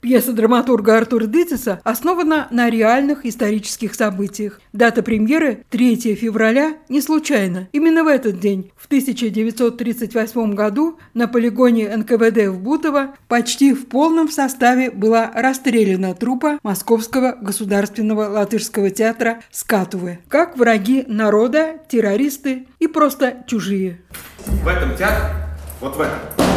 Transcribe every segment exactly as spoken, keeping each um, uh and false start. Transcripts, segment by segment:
Пьеса драматурга Артура Дитиса основана на реальных исторических событиях. Дата премьеры – третьего февраля не случайно. Именно в этот день, в тысяча девятьсот тридцать восьмом году, на полигоне эн ка вэ дэ в Бутово почти в полном составе была расстреляна труппа Московского государственного латышского театра «Скатуве» как враги народа, террористы и просто чужие. В этом театре, вот в этом,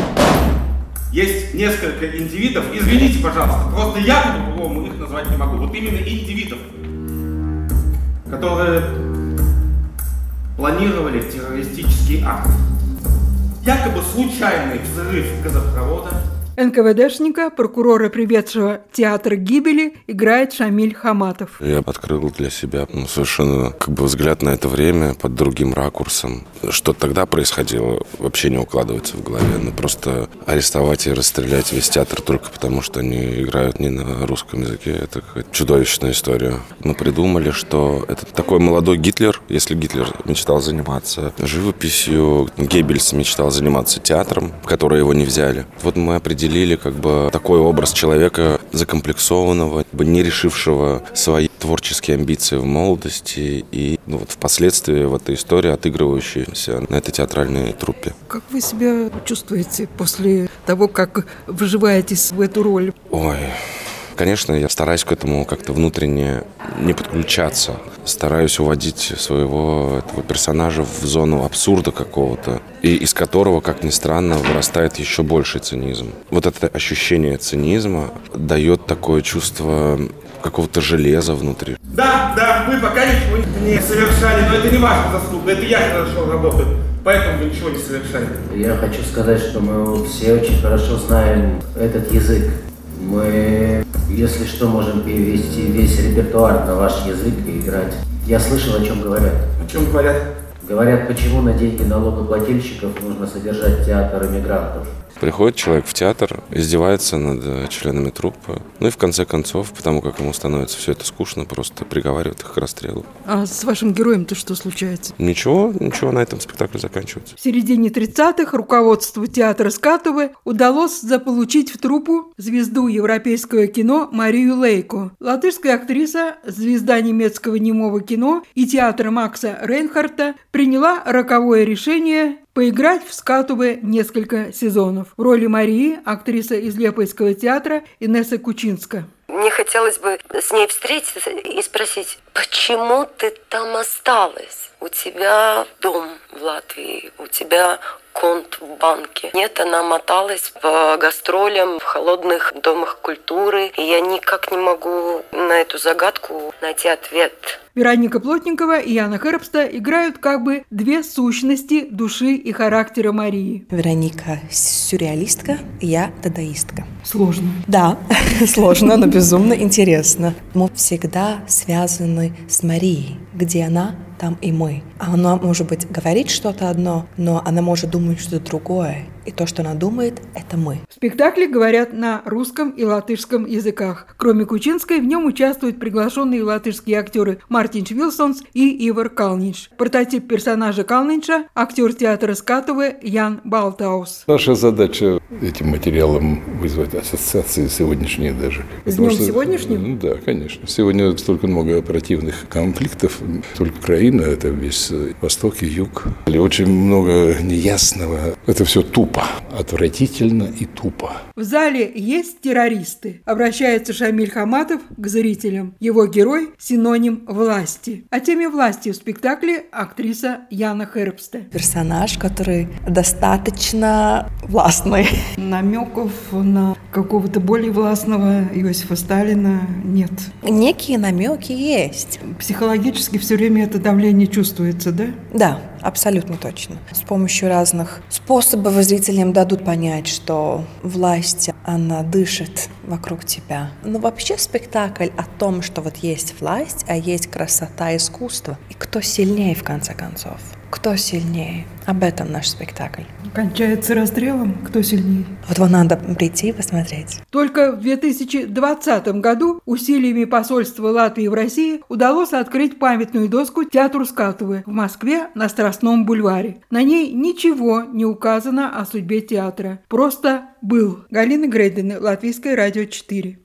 есть несколько индивидов, извините, пожалуйста, просто я по-другому их назвать не могу, вот именно индивидов, которые планировали террористический акт. Якобы случайный взрыв газопровода. эн ка вэ дэшника, прокурора, приведшего театр к гибели, играет Шамиль Хаматов. Я открыл для себя ну, совершенно как бы взгляд на это время под другим ракурсом. Что тогда происходило, вообще не укладывается в голове. Ну, просто арестовать и расстрелять весь театр только потому, что они играют не на русском языке. Это какая-то чудовищная история. Мы придумали, что это такой молодой Гитлер. Если Гитлер мечтал заниматься живописью, Геббельс мечтал заниматься театром, в который его не взяли. Вот мы определили Делили как бы такой образ человека закомплексованного, не решившего свои творческие амбиции в молодости и ну, вот впоследствии в этой истории отыгрывающейся на этой театральной труппе. Как вы себя чувствуете после того, как вживаетесь в эту роль? Ой... Конечно, я стараюсь к этому как-то внутренне не подключаться. Стараюсь уводить своего этого персонажа в зону абсурда какого-то, и из которого, как ни странно, вырастает еще больший цинизм. Вот это ощущение цинизма дает такое чувство какого-то железа внутри. Да, да, вы пока ничего не совершали, но это не ваша заслуга, это я хорошо работаю, поэтому вы ничего не совершали. Я хочу сказать, что мы все очень хорошо знаем этот язык. Мы, если что, можем перевести весь репертуар на ваш язык и играть. Я слышал, о чем говорят. О чем говорят? Говорят, почему на деньги налогоплательщиков нужно содержать театр иммигрантов. Приходит человек в театр, издевается над членами труппы, ну и в конце концов, потому как ему становится все это скучно, просто приговаривает их к расстрелу. А с вашим героем-то что случается? Ничего, ничего, на этом спектакль заканчивается. В середине тридцатых руководству театра «Скатуве» удалось заполучить в труппу звезду европейского кино Марию Лейко. Латышская актриса, звезда немецкого немого кино и театра Макса Рейнхарта приняла роковое решение поиграть в «Скатуве» несколько сезонов. В роли Марии актриса из Лепойского театра Инесса Кучинска. Мне хотелось бы с ней встретиться и спросить, почему ты там осталась? У тебя дом в Латвии, у тебя конт в банке. Нет, она моталась по гастролям в холодных домах культуры, и я никак не могу на эту загадку найти ответ. Вероника Плотникова и Яна Хербста играют как бы две сущности души и характера Марии. Вероника сюрреалистка, я дадаистка. Сложно. Да, сложно, но безумно интересно. Мы всегда связаны с Марией. Где она, там и мы. Она, может быть, говорит что-то одно, но она может думать что-то другое. И то, что она думает, это мы. В спектакле говорят на русском и латышском языках. Кроме Кучинской, в нем участвуют приглашенные латышские актеры Мартинш Вилсонс и Ивар Калнинш. Прототип персонажа Калнинша – актер театра «Скатуве» Ян Балтаус. Наша задача этим материалом вызвать ассоциации сегодняшние даже. С днем сегодняшним? Ну да, конечно. Сегодня столько много оперативных конфликтов. Только Украина, это весь Восток и Юг. И очень много неясного. Это все тупо. Отвратительно и тупо. В зале есть террористы. Обращается Шамиль Хаматов к зрителям. Его герой – синоним власти. О теме власти в спектакле актриса Яна Хербста. Персонаж, который достаточно властный. Намеков на какого-то более властного Иосифа Сталина нет. Некие намеки есть. Психологически все время это давление чувствуется, да? Да, абсолютно точно. С помощью разных способов зрителям дадут понять, что власть, она дышит вокруг тебя. Но вообще спектакль о том, что вот есть власть, а есть красота искусства. И кто сильнее в конце концов? Кто сильнее? Об этом наш спектакль. Кончается расстрелом, кто сильнее. Вот вам надо прийти и посмотреть. Только в две тысячи двадцатом году усилиями посольства Латвии в России удалось открыть памятную доску театру Скатувы в Москве на Страстном бульваре. На ней ничего не указано о судьбе театра. Просто был. Галина Грейдина, Латвийское радио четыре.